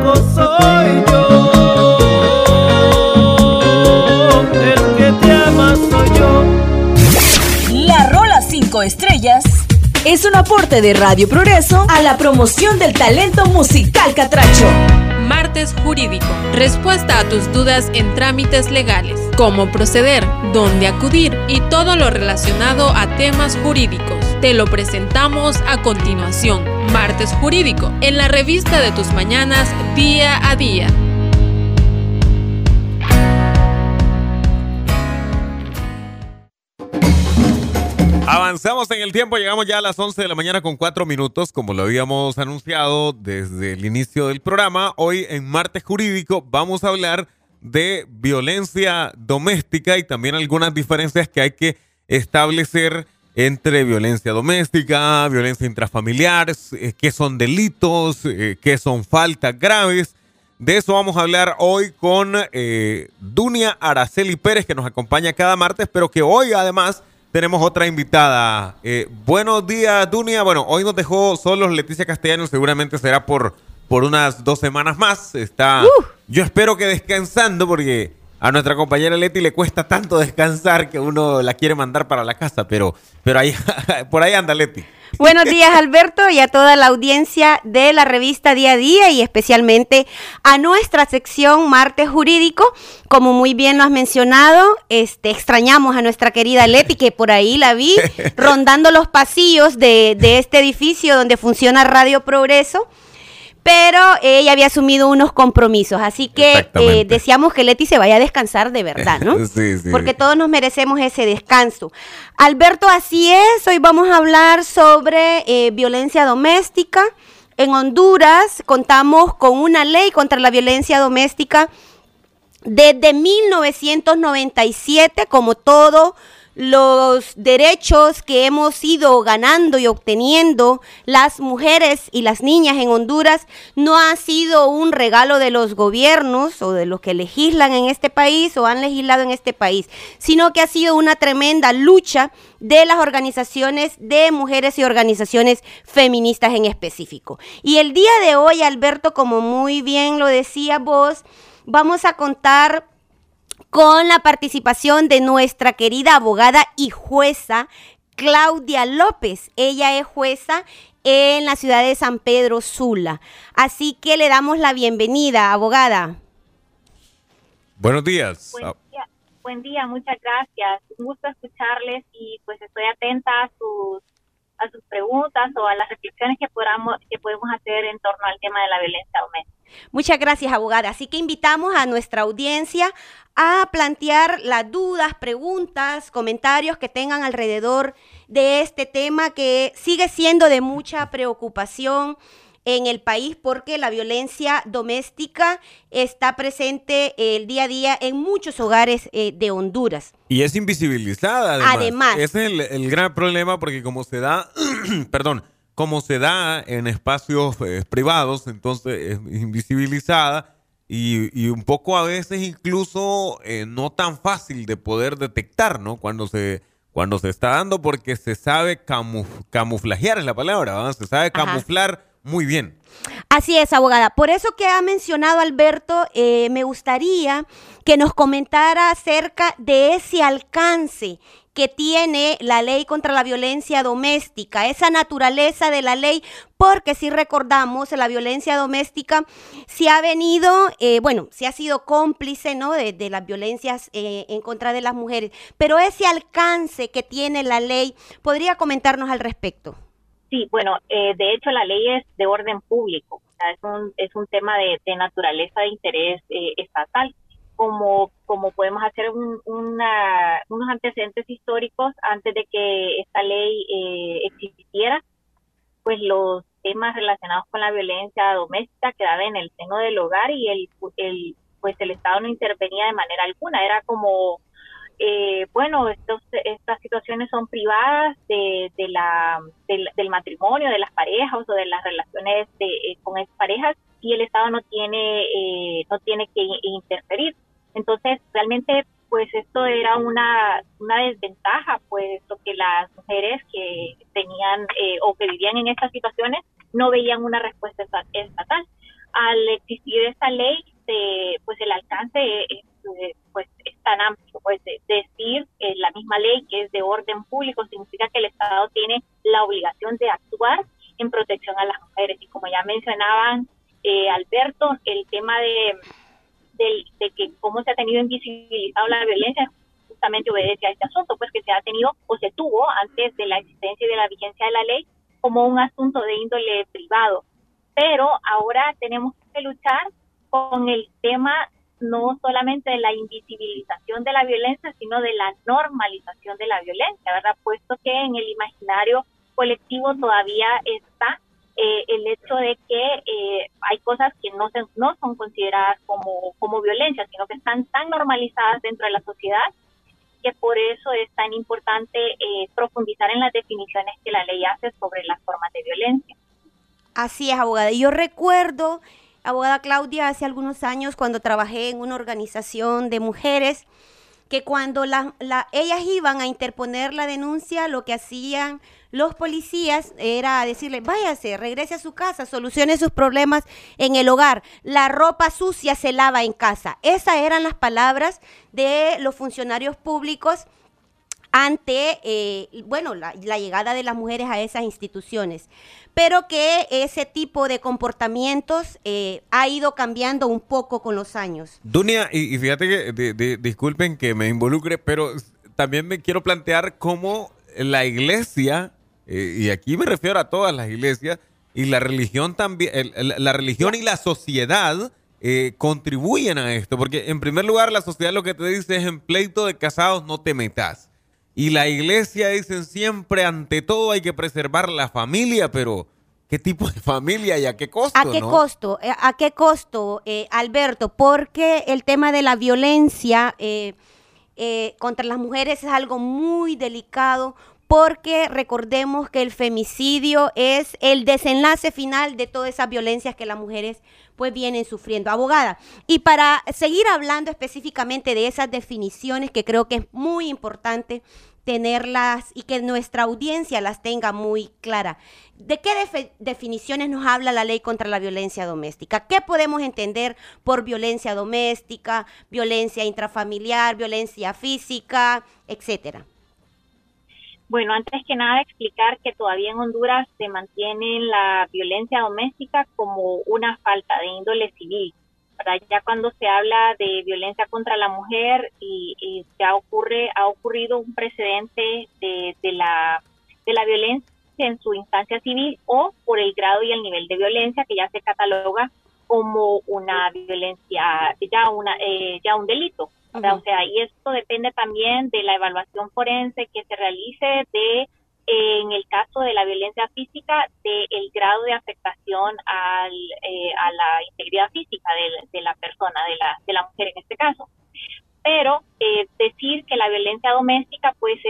amo soy yo, el que te ama soy yo. La Rola 5 Estrellas es un aporte de Radio Progreso a la promoción del talento musical catracho. Martes Jurídico. Respuesta a tus dudas en trámites legales. Cómo proceder, dónde acudir y todo lo relacionado a temas jurídicos. Te lo presentamos a continuación. Martes Jurídico, en la revista de tus mañanas, día a día. Avanzamos en el tiempo, llegamos ya a las 11 de la mañana con 4 minutos, como lo habíamos anunciado desde el inicio del programa. Hoy en Martes Jurídico vamos a hablar de violencia doméstica y también algunas diferencias que hay que establecer entre violencia doméstica, violencia intrafamiliar, qué son delitos, qué son faltas graves. De eso vamos a hablar hoy con Dunia Araceli Pérez, que nos acompaña cada martes, pero que hoy además tenemos otra invitada. Buenos días, Dunia. Bueno, hoy nos dejó solos Leticia Castellanos, seguramente será por unas 2 semanas más. Yo espero que descansando, porque a nuestra compañera Leti le cuesta tanto descansar que uno la quiere mandar para la casa, pero ahí, por ahí anda Leti. Buenos días, Alberto, y a toda la audiencia de la revista Día a Día y especialmente a nuestra sección Martes Jurídico. Como muy bien lo has mencionado, extrañamos a nuestra querida Leti, que por ahí la vi rondando los pasillos de este edificio donde funciona Radio Progreso. Pero ella había asumido unos compromisos, así que deseamos que Leti se vaya a descansar de verdad, ¿no? Sí. Porque todos nos merecemos ese descanso. Alberto, así es, hoy vamos a hablar sobre violencia doméstica. En Honduras contamos con una ley contra la violencia doméstica desde 1997, como todo los derechos que hemos ido ganando y obteniendo las mujeres y las niñas en Honduras no ha sido un regalo de los gobiernos o de los que legislan en este país o han legislado en este país, sino que ha sido una tremenda lucha de las organizaciones de mujeres y organizaciones feministas en específico. Y el día de hoy, Alberto, como muy bien lo decía vos, vamos a contar con la participación de nuestra querida abogada y jueza Claudia López. Ella es jueza en la ciudad de San Pedro Sula. Así que le damos la bienvenida, abogada. Buenos días. Buen día, muchas gracias. Un gusto escucharles y pues estoy atenta a sus preguntas o a las reflexiones que podemos hacer en torno al tema de la violencia doméstica. Muchas gracias, abogada. Así que invitamos a nuestra audiencia a plantear las dudas, preguntas, comentarios que tengan alrededor de este tema que sigue siendo de mucha preocupación en el país porque la violencia doméstica está presente el día a día en muchos hogares de Honduras. Y es invisibilizada, además. Ese es el gran problema porque como se da, como se da en espacios privados, entonces es invisibilizada y un poco a veces incluso no tan fácil de poder detectar, ¿no? Cuando se está dando porque se sabe camuflajear es la palabra, ¿verdad? Se sabe camuflar muy bien. Así es, abogada. Por eso que ha mencionado Alberto, me gustaría que nos comentara acerca de ese alcance que tiene la ley contra la violencia doméstica, esa naturaleza de la ley, porque si recordamos, la violencia doméstica se ha venido, se ha sido cómplice, ¿no?, de las violencias en contra de las mujeres, pero ese alcance que tiene la ley, ¿podría comentarnos al respecto? Sí, bueno, de hecho la ley es de orden público, o sea, es un tema de naturaleza de interés estatal. Como podemos hacer unos antecedentes históricos antes de que esta ley existiera, pues los temas relacionados con la violencia doméstica quedaban en el seno del hogar y el Estado no intervenía de manera alguna. Era como, estas situaciones son privadas del matrimonio, de las parejas o de las relaciones con exparejas y el Estado no tiene que interferir. Entonces, realmente, pues esto era una desventaja, puesto que las mujeres que tenían o que vivían en estas situaciones no veían una respuesta estatal. al existir esta ley, pues el alcance pues es tan amplio. Pues decir la misma ley que es de orden público significa que el Estado tiene la obligación de actuar en protección a las mujeres. Y como ya mencionaban Alberto, el tema de que cómo se ha tenido invisibilizado la violencia justamente obedece a este asunto, pues que se ha tenido o se tuvo antes de la existencia y de la vigencia de la ley como un asunto de índole privado. Pero ahora tenemos que luchar con el tema no solamente de la invisibilización de la violencia, sino de la normalización de la violencia, ¿verdad? Puesto que en el imaginario colectivo todavía está el hecho de que hay cosas que no son consideradas como violencia, sino que están tan normalizadas dentro de la sociedad que por eso es tan importante profundizar en las definiciones que la ley hace sobre las formas de violencia. Así es, abogada. Yo recuerdo, abogada Claudia, hace algunos años cuando trabajé en una organización de mujeres, que cuando ellas iban a interponer la denuncia, lo que hacían los policías era decirle, váyase, regrese a su casa, solucione sus problemas en el hogar, la ropa sucia se lava en casa. Esas eran las palabras de los funcionarios públicos ante la llegada de las mujeres a esas instituciones, pero que ese tipo de comportamientos ha ido cambiando un poco con los años. Dunia, y fíjate que, disculpen que me involucre, pero también me quiero plantear cómo la iglesia, y aquí me refiero a todas las iglesias, y la religión también, la religión y la sociedad contribuyen a esto, porque en primer lugar la sociedad lo que te dice es en pleito de casados no te metas. Y la iglesia dicen siempre, ante todo hay que preservar la familia, pero ¿qué tipo de familia y a qué costo? ¿A qué costo? ¿A qué costo, Alberto? Porque el tema de la violencia contra las mujeres es algo muy delicado, porque recordemos que el femicidio es el desenlace final de todas esas violencias que las mujeres pues vienen sufriendo. Abogada, y para seguir hablando específicamente de esas definiciones, que creo que es muy importante tenerlas y que nuestra audiencia las tenga muy clara, ¿de qué definiciones nos habla la ley contra la violencia doméstica? ¿Qué podemos entender por violencia doméstica, violencia intrafamiliar, violencia física, etcétera? Bueno, antes que nada explicar que todavía en Honduras se mantiene la violencia doméstica como una falta de índole civil, ¿verdad? Ya cuando se habla de violencia contra la mujer y ha ocurrido un precedente de la violencia en su instancia civil o por el grado y el nivel de violencia que ya se cataloga como una violencia, ya un delito. O sea, y esto depende también de la evaluación forense que se realice en el caso de la violencia física, del grado de afectación a la integridad física de la persona, de la mujer en este caso. Pero decir que la violencia doméstica, pues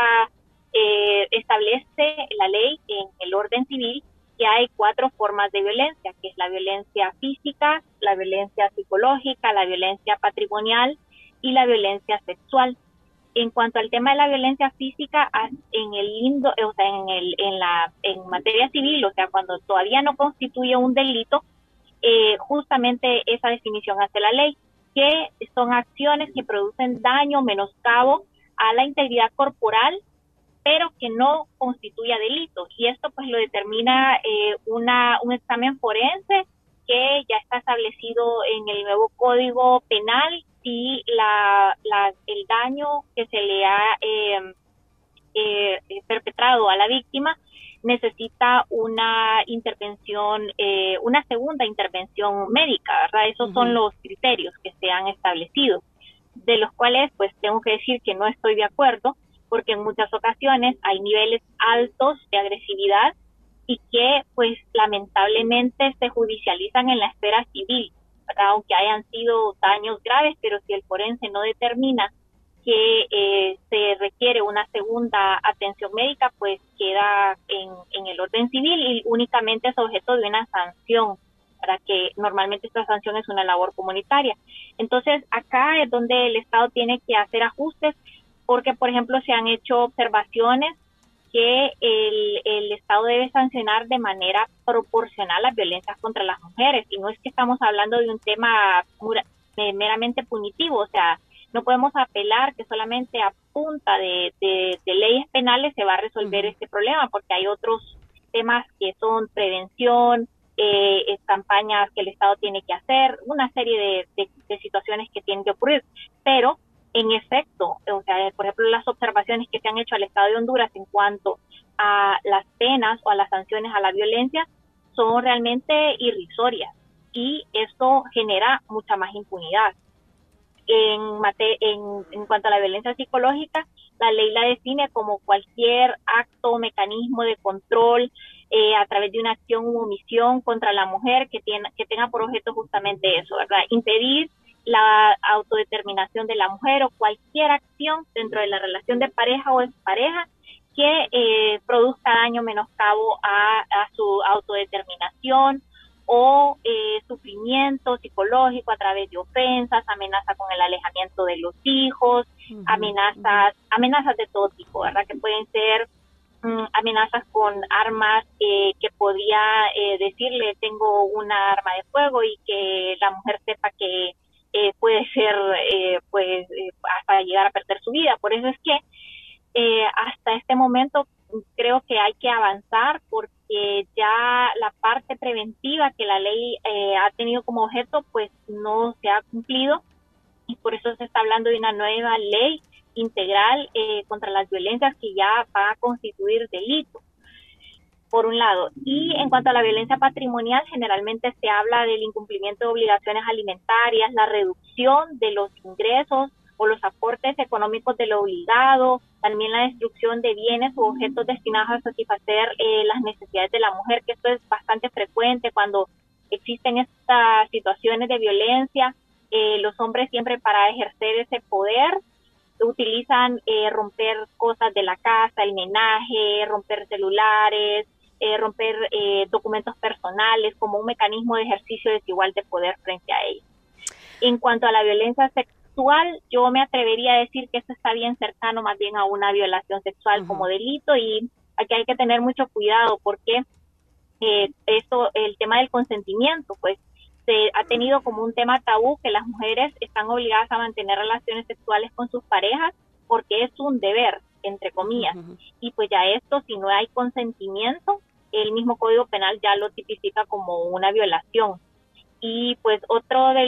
establece la ley en el orden civil que hay 4 formas de violencia, que es la violencia física, la violencia psicológica, la violencia patrimonial y la violencia sexual. En cuanto al tema de la violencia física, en materia civil, o sea, cuando todavía no constituye un delito, justamente esa definición hace la ley, que son acciones que producen daño, menoscabo a la integridad corporal, pero que no constituya delito. Y esto pues lo determina un examen forense que ya está establecido en el nuevo Código Penal, y el daño que se le ha perpetrado a la víctima necesita una intervención, una segunda intervención médica, ¿verdad? Esos son los criterios que se han establecido, de los cuales pues tengo que decir que no estoy de acuerdo, porque en muchas ocasiones hay niveles altos de agresividad y que pues lamentablemente se judicializan en la esfera civil, ¿verdad? Aunque hayan sido daños graves, pero si el forense no determina que se requiere una segunda atención médica, pues queda en el orden civil y únicamente es objeto de una sanción, para que normalmente esta sanción es una labor comunitaria. Entonces acá es donde el Estado tiene que hacer ajustes, porque por ejemplo se han hecho observaciones que el Estado debe sancionar de manera proporcional las violencias contra las mujeres. Y no es que estamos hablando de un tema meramente punitivo, o sea, no podemos apelar que solamente a punta de leyes penales se va a resolver este problema, porque hay otros temas que son prevención, campañas que el Estado tiene que hacer, una serie de situaciones que tienen que ocurrir. Pero, en efecto, o sea, por ejemplo, las observaciones que se han hecho al Estado de Honduras en cuanto a las penas o a las sanciones a la violencia son realmente irrisorias, y esto genera mucha más impunidad. En cuanto a la violencia psicológica, la ley la define como cualquier acto o mecanismo de control a través de una acción u omisión contra la mujer que tenga por objeto justamente eso, ¿verdad? Impedir la autodeterminación de la mujer o cualquier acción dentro de la relación de pareja o expareja que produzca daño, menoscabo a su autodeterminación o sufrimiento psicológico a través de ofensas, amenaza con el alejamiento de los hijos, amenazas de todo tipo, ¿verdad? Que pueden ser amenazas con armas que podría decirle tengo una arma de fuego y que la mujer sepa que puede ser hasta llegar a perder su vida. Por eso es que hasta este momento creo que hay que avanzar, porque ya la parte preventiva que la ley ha tenido como objeto pues no se ha cumplido, y por eso se está hablando de una nueva ley integral contra las violencias que ya va a constituir delito, por un lado. Y en cuanto a la violencia patrimonial, generalmente se habla del incumplimiento de obligaciones alimentarias, la reducción de los ingresos o los aportes económicos del obligado, también la destrucción de bienes u objetos destinados a satisfacer las necesidades de la mujer, que esto es bastante frecuente cuando existen estas situaciones de violencia. Los hombres siempre, para ejercer ese poder, utilizan romper cosas de la casa, el menaje, romper celulares, romper documentos personales como un mecanismo de ejercicio desigual de poder frente a ellos. En cuanto a la violencia sexual, yo me atrevería a decir que esto está bien cercano más bien a una violación sexual como delito, y aquí hay que tener mucho cuidado porque el tema del consentimiento, pues se ha tenido como un tema tabú, que las mujeres están obligadas a mantener relaciones sexuales con sus parejas porque es un deber, entre comillas, y pues ya esto, si no hay consentimiento, el mismo Código Penal ya lo tipifica como una violación. Y pues otro de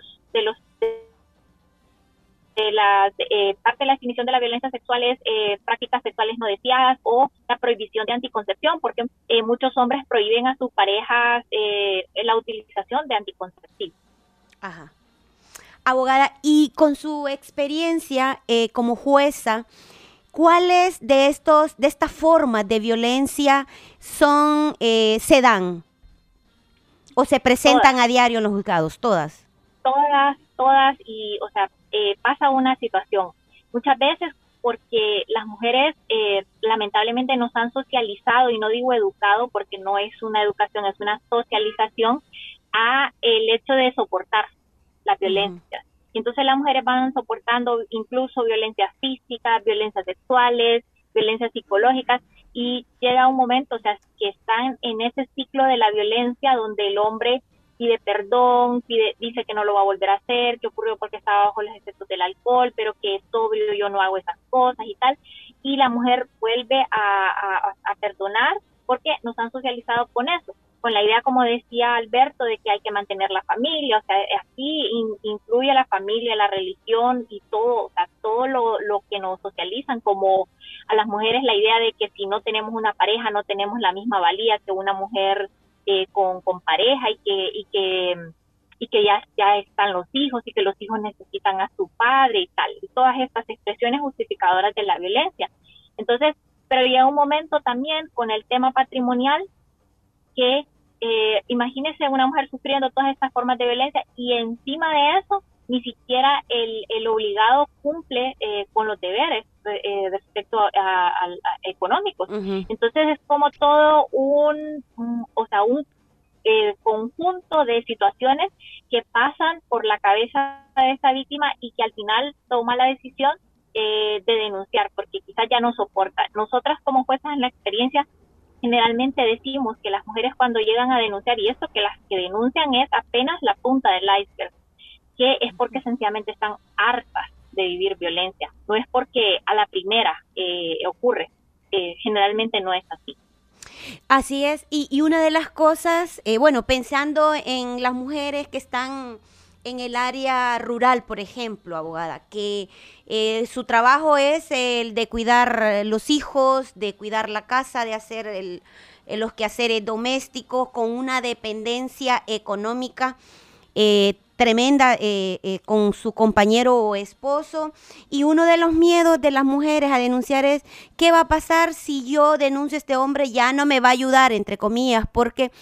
la parte de la definición de la violencia sexual es prácticas sexuales no deseadas o la prohibición de anticoncepción, porque muchos hombres prohíben a sus parejas la utilización de anticonceptivos. Ajá. Abogada, y con su experiencia como jueza, ¿cuáles de estas formas de violencia se dan o se presentan a diario en los juzgados? Todas. Todas, y o sea, pasa una situación. Muchas veces porque las mujeres lamentablemente nos han socializado, y no digo educado porque no es una educación, es una socialización a el hecho de soportar la violencia. Y entonces las mujeres van soportando incluso violencia física, violencias sexuales, violencias psicológicas, y llega un momento, o sea, que están en ese ciclo de la violencia donde el hombre pide perdón, dice que no lo va a volver a hacer, que ocurrió porque estaba bajo los efectos del alcohol, pero que sobrio yo no hago esas cosas y tal, y la mujer vuelve a perdonar porque nos han socializado con eso, con la idea, como decía Alberto, de que hay que mantener la familia, o sea, aquí incluye la familia, la religión y todo, o sea, todo lo que nos socializan, como a las mujeres la idea de que si no tenemos una pareja no tenemos la misma valía que una mujer con pareja, y que ya están los hijos y que los hijos necesitan a su padre y tal, y todas estas expresiones justificadoras de la violencia. Entonces, pero llega un momento también con el tema patrimonial que imagínese una mujer sufriendo todas estas formas de violencia, y encima de eso ni siquiera el obligado cumple con los deberes respecto a económicos. Entonces es como todo un conjunto de situaciones que pasan por la cabeza de esta víctima, y que al final toma la decisión de denunciar, porque quizás ya no soporta. Nosotras como juezas en la experiencia generalmente decimos que las mujeres cuando llegan a denunciar, y esto que las que denuncian es apenas la punta del iceberg, que es porque sencillamente están hartas de vivir violencia, no es porque a la primera ocurre, generalmente no es así. Así es, y una de las cosas, bueno, pensando en las mujeres que están en el área rural, por ejemplo, abogada, que su trabajo es el de cuidar los hijos, de cuidar la casa, de hacer los quehaceres domésticos, con una dependencia económica tremenda con su compañero o esposo, y uno de los miedos de las mujeres a denunciar es ¿qué va a pasar si yo denuncio a este hombre? Ya no me va a ayudar, entre comillas, porque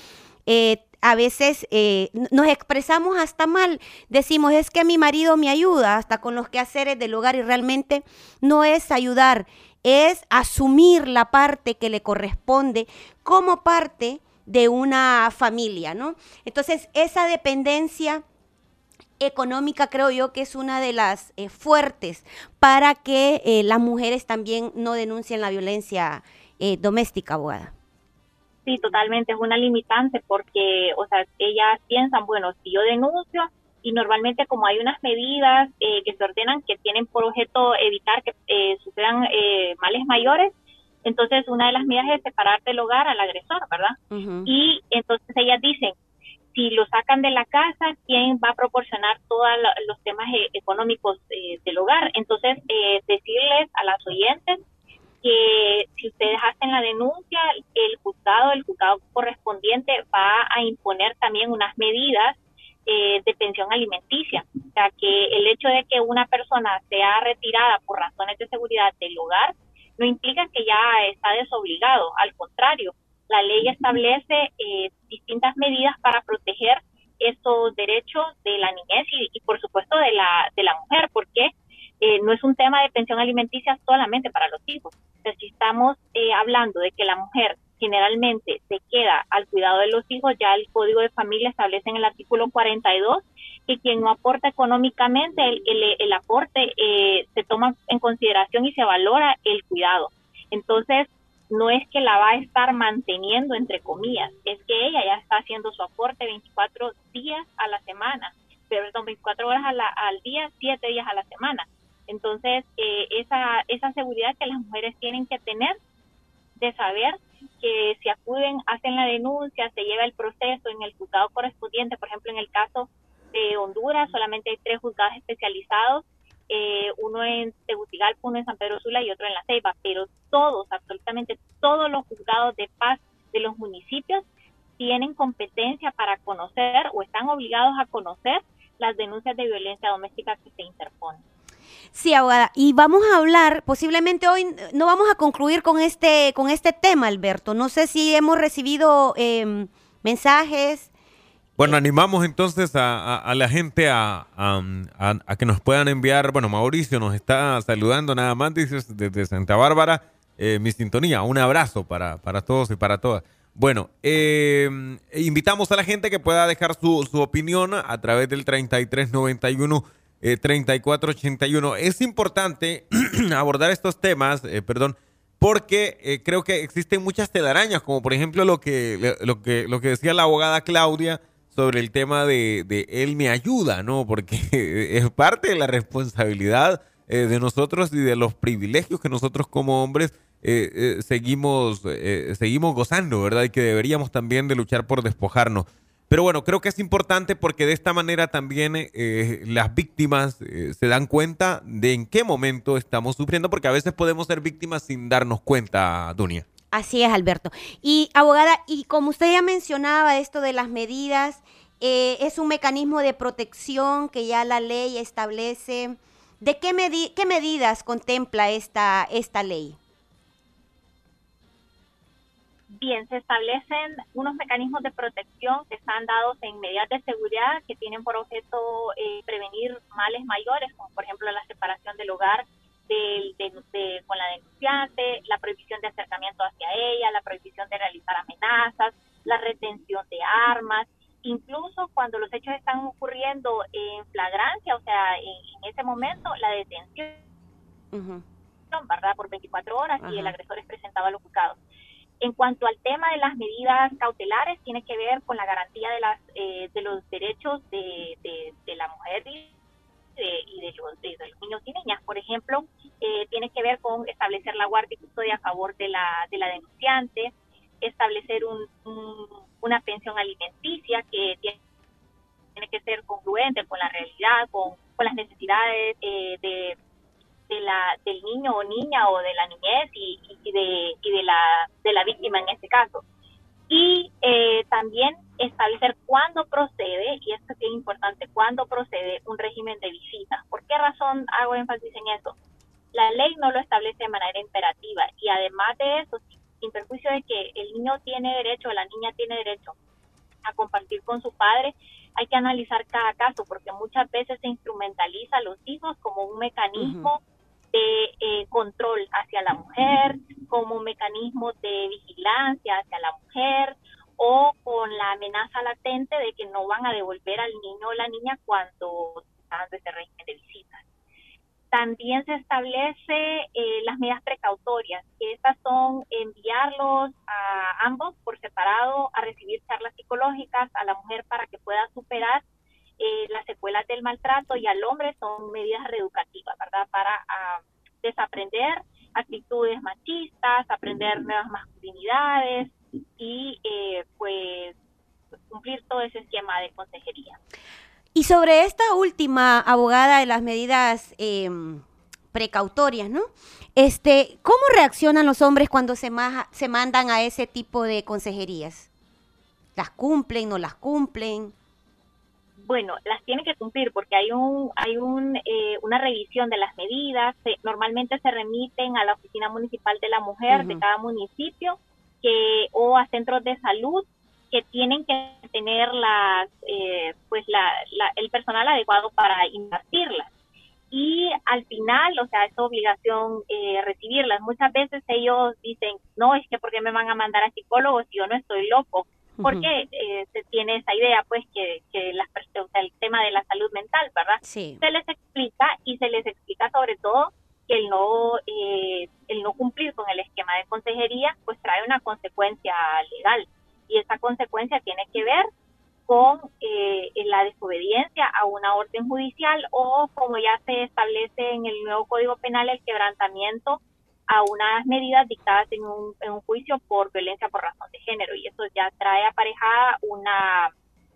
a veces nos expresamos hasta mal, decimos es que mi marido me ayuda hasta con los quehaceres del hogar, y realmente no es ayudar, es asumir la parte que le corresponde como parte de una familia, ¿no? Entonces esa dependencia económica creo yo que es una de las fuertes para que las mujeres también no denuncien la violencia doméstica, abogada. Sí, totalmente, es una limitante porque, o sea, ellas piensan, bueno, si yo denuncio, y normalmente como hay unas medidas que se ordenan que tienen por objeto evitar que sucedan males mayores, entonces una de las medidas es separar del hogar al agresor, ¿verdad? Uh-huh. Y entonces ellas dicen, si lo sacan de la casa, ¿quién va a proporcionar todos los temas económicos del hogar? Entonces, decirles a las oyentes que si ustedes hacen la denuncia, el juzgado correspondiente va a imponer también unas medidas de pensión alimenticia. O sea, que el hecho de que una persona sea retirada por razones de seguridad del hogar no implica que ya está desobligado, al contrario, la ley establece distintas medidas para proteger esos derechos de la niñez y por supuesto de la mujer, porque no es un tema de pensión alimenticia solamente para los hijos. Entonces, si estamos hablando de que la mujer generalmente se queda al cuidado de los hijos, ya el Código de Familia establece en el artículo 42 que quien no aporta económicamente, el aporte se toma en consideración y se valora el cuidado. Entonces, no es que la va a estar manteniendo, entre comillas, es que ella ya está haciendo su aporte 24 días a la semana, perdón, 24 horas al día, 7 días a la semana. Entonces, esa seguridad que las mujeres tienen que tener de saber que si acuden, hacen la denuncia, se lleva el proceso en el juzgado correspondiente. Por ejemplo, en el caso de Honduras, solamente hay 3 juzgados especializados, uno en Tegucigalpa, uno en San Pedro Sula y otro en La Ceiba, pero todos, absolutamente todos los juzgados de paz de los municipios tienen competencia para conocer o están obligados a conocer las denuncias de violencia doméstica que se interponen. Sí, abogada, y vamos a hablar, posiblemente hoy no vamos a concluir con este tema, Alberto. No sé si hemos recibido mensajes. Bueno, animamos entonces a la gente a que nos puedan enviar. Bueno, Mauricio nos está saludando nada más, dices, desde Santa Bárbara, mi sintonía. Un abrazo para todos y para todas. Bueno, invitamos a la gente que pueda dejar su opinión a través del 3391 3481. Es importante abordar estos temas, porque creo que existen muchas telarañas, como por ejemplo lo que decía la abogada Claudia sobre el tema de él me ayuda, ¿no? Porque es parte de la responsabilidad de nosotros y de los privilegios que nosotros como hombres seguimos gozando, ¿verdad? Y que deberíamos también de luchar por despojarnos. Pero bueno, creo que es importante porque de esta manera también las víctimas se dan cuenta de en qué momento estamos sufriendo, porque a veces podemos ser víctimas sin darnos cuenta, Dunia. Así es, Alberto. Y abogada, y como usted ya mencionaba esto de las medidas, es un mecanismo de protección que ya la ley establece. ¿De qué medidas contempla esta ley? Bien, se establecen unos mecanismos de protección que están dados en medidas de seguridad que tienen por objeto prevenir males mayores, como por ejemplo la separación del hogar con la denunciante, la prohibición de acercamiento hacia ella, la prohibición de realizar amenazas, la retención de armas, incluso cuando los hechos están ocurriendo en flagrancia, o sea, en ese momento, la detención ¿verdad? Por 24 horas Ajá. y el agresor es presentado a los juzgados. En cuanto al tema de las medidas cautelares, tiene que ver con la garantía de los derechos de la mujer y de los niños y niñas. Por ejemplo, tiene que ver con establecer la guardia y custodia a favor de la denunciante, establecer una pensión alimenticia que tiene que ser congruente con la realidad, con las necesidades del niño o niña o de la niñez y de la víctima en este caso. Y también establecer cuándo procede, y esto es importante, cuándo procede un régimen de visitas. ¿Por qué razón hago énfasis en eso? La ley no lo establece de manera imperativa y además de eso, sin perjuicio de que el niño tiene derecho o la niña tiene derecho a compartir con su padre, hay que analizar cada caso porque muchas veces se instrumentaliza a los hijos como un mecanismo de control hacia la mujer, como un mecanismo de vigilancia hacia la mujer o con la amenaza latente de que no van a devolver al niño o la niña cuando están de ese régimen de visitas. También se establece las medidas precautorias, que estas son enviarlos a ambos por separado a recibir charlas psicológicas a la mujer para que pueda superar las secuelas del maltrato y al hombre son medidas reeducativas, ¿verdad? Para desaprender actitudes machistas, aprender nuevas masculinidades y pues cumplir todo ese esquema de consejería. Y sobre esta última, abogada, de las medidas precautorias, ¿no? ¿Cómo reaccionan los hombres cuando se mandan a ese tipo de consejerías? ¿Las cumplen, no las cumplen? Bueno, las tienen que cumplir porque hay una revisión de las medidas. Normalmente se remiten a la Oficina Municipal de la Mujer de cada municipio o a centros de salud que tienen que tener el personal adecuado para impartirlas. Y al final, o sea, es obligación recibirlas. Muchas veces ellos dicen, no, es que ¿por qué me van a mandar a psicólogos si yo no estoy loco? Porque se tiene esa idea, pues, que el tema de la salud mental, ¿verdad? Sí. Se les explica sobre todo que el no cumplir con el esquema de consejería, pues trae una consecuencia legal. Y esa consecuencia tiene que ver con la desobediencia a una orden judicial o, como ya se establece en el nuevo Código Penal, el quebrantamiento a unas medidas dictadas en un juicio por violencia por razón de género, y eso ya trae aparejada una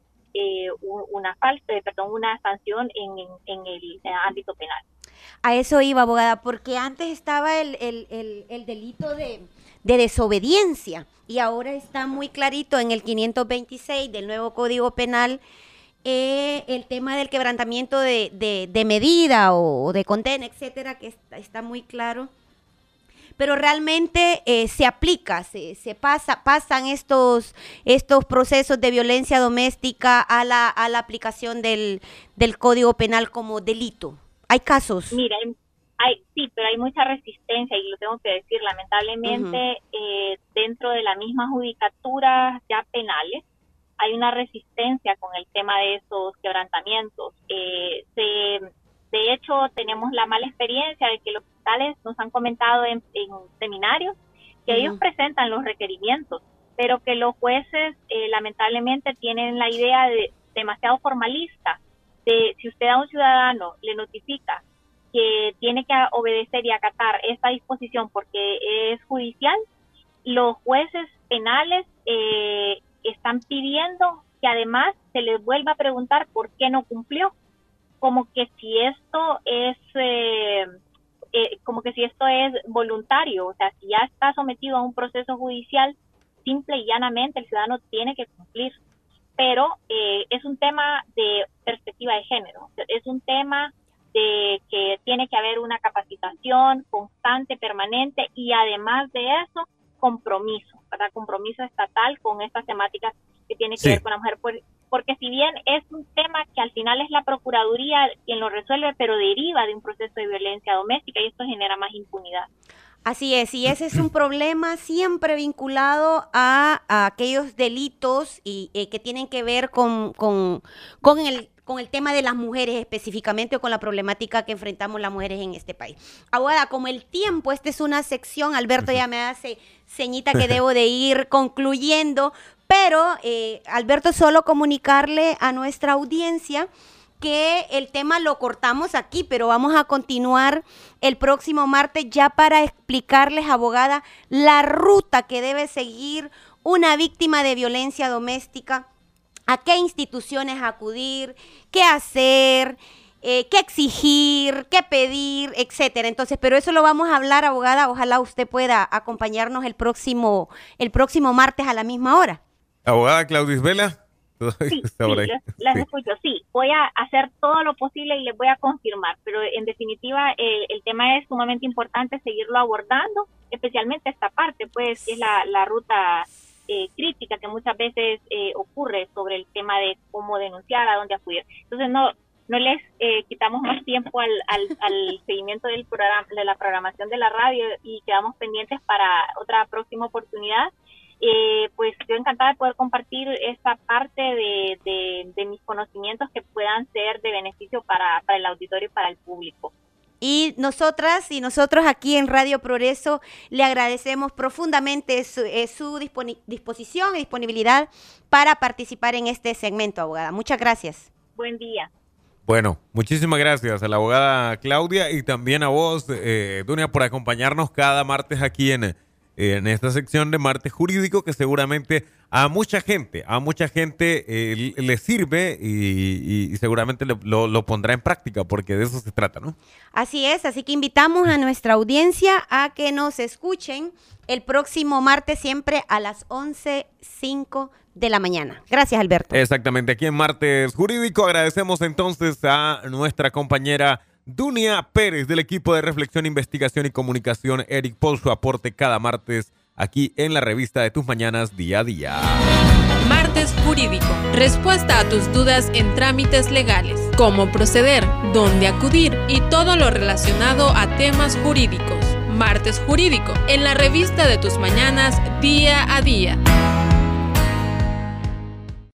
sanción en el ámbito penal. A eso iba, abogada, porque antes estaba el delito de desobediencia y ahora está muy clarito en el 526 del nuevo Código Penal el tema del quebrantamiento de medida o de condena, etcétera, que está muy claro. Pero realmente se aplica, pasan estos procesos de violencia doméstica a la aplicación del Código Penal como delito. ¿Hay casos? Mira, sí, pero hay mucha resistencia y lo tengo que decir, lamentablemente, dentro de la misma judicatura ya penales, hay una resistencia con el tema de esos quebrantamientos. De hecho, tenemos la mala experiencia de que los fiscales nos han comentado en seminarios que ellos presentan los requerimientos, pero que los jueces lamentablemente tienen la idea demasiado formalista de si usted a un ciudadano le notifica que tiene que obedecer y acatar esta disposición porque es judicial, los jueces penales están pidiendo que además se les vuelva a preguntar por qué no cumplió, como que si esto es voluntario, o sea, si ya está sometido a un proceso judicial, simple y llanamente el ciudadano tiene que cumplir. Pero es un tema de perspectiva de género, es un tema de que tiene que haber una capacitación constante, permanente y además de eso, compromiso, ¿verdad? Compromiso estatal con estas temáticas que tienen que ver con la mujer, porque si bien es un tema que al final es la Procuraduría quien lo resuelve, pero deriva de un proceso de violencia doméstica y esto genera más impunidad. Así es, y ese es un problema siempre vinculado a aquellos delitos y que tienen que ver con con el tema de las mujeres específicamente o con la problemática que enfrentamos las mujeres en este país. Abogada, como el tiempo, esta es una sección, Alberto ya me hace señita que debo de ir concluyendo, pero Alberto, solo comunicarle a nuestra audiencia que el tema lo cortamos aquí, pero vamos a continuar el próximo martes ya para explicarles, abogada, la ruta que debe seguir una víctima de violencia doméstica, a qué instituciones acudir, qué hacer, qué exigir, qué pedir, etcétera. Entonces, pero eso lo vamos a hablar, abogada. Ojalá usted pueda acompañarnos el próximo martes a la misma hora. Abogada Claudia Isabela. Sí, las escucho. Sí, voy a hacer todo lo posible y les voy a confirmar, pero en definitiva el tema es sumamente importante seguirlo abordando, especialmente esta parte, pues, que es la ruta crítica que muchas veces ocurre sobre el tema de cómo denunciar, a dónde acudir. Entonces no les quitamos más tiempo al seguimiento del programa, de la programación de la radio, y quedamos pendientes para otra próxima oportunidad. Pues yo encantada de poder compartir esta parte de mis conocimientos que puedan ser de beneficio para el auditorio y para el público. Y nosotras y nosotros aquí en Radio Progreso le agradecemos profundamente su disposición y disponibilidad para participar en este segmento, abogada. Muchas gracias. Buen día. Bueno, muchísimas gracias a la abogada Claudia y también a vos, Dunia, por acompañarnos cada martes aquí en esta sección de Martes Jurídico, que seguramente a mucha gente le sirve y seguramente lo pondrá en práctica, porque de eso se trata, ¿no? Así es, así que invitamos a nuestra audiencia a que nos escuchen el próximo martes, siempre a las 11:05 de la mañana. Gracias, Alberto. Exactamente, aquí en Martes Jurídico agradecemos entonces a nuestra compañera Dunia Pérez del equipo de Reflexión, Investigación y Comunicación, Eric, por su aporte cada martes aquí en la revista de tus mañanas día a día. Martes Jurídico. Respuesta a tus dudas en trámites legales. Cómo proceder, dónde acudir y todo lo relacionado a temas jurídicos. Martes Jurídico en la revista de tus mañanas día a día.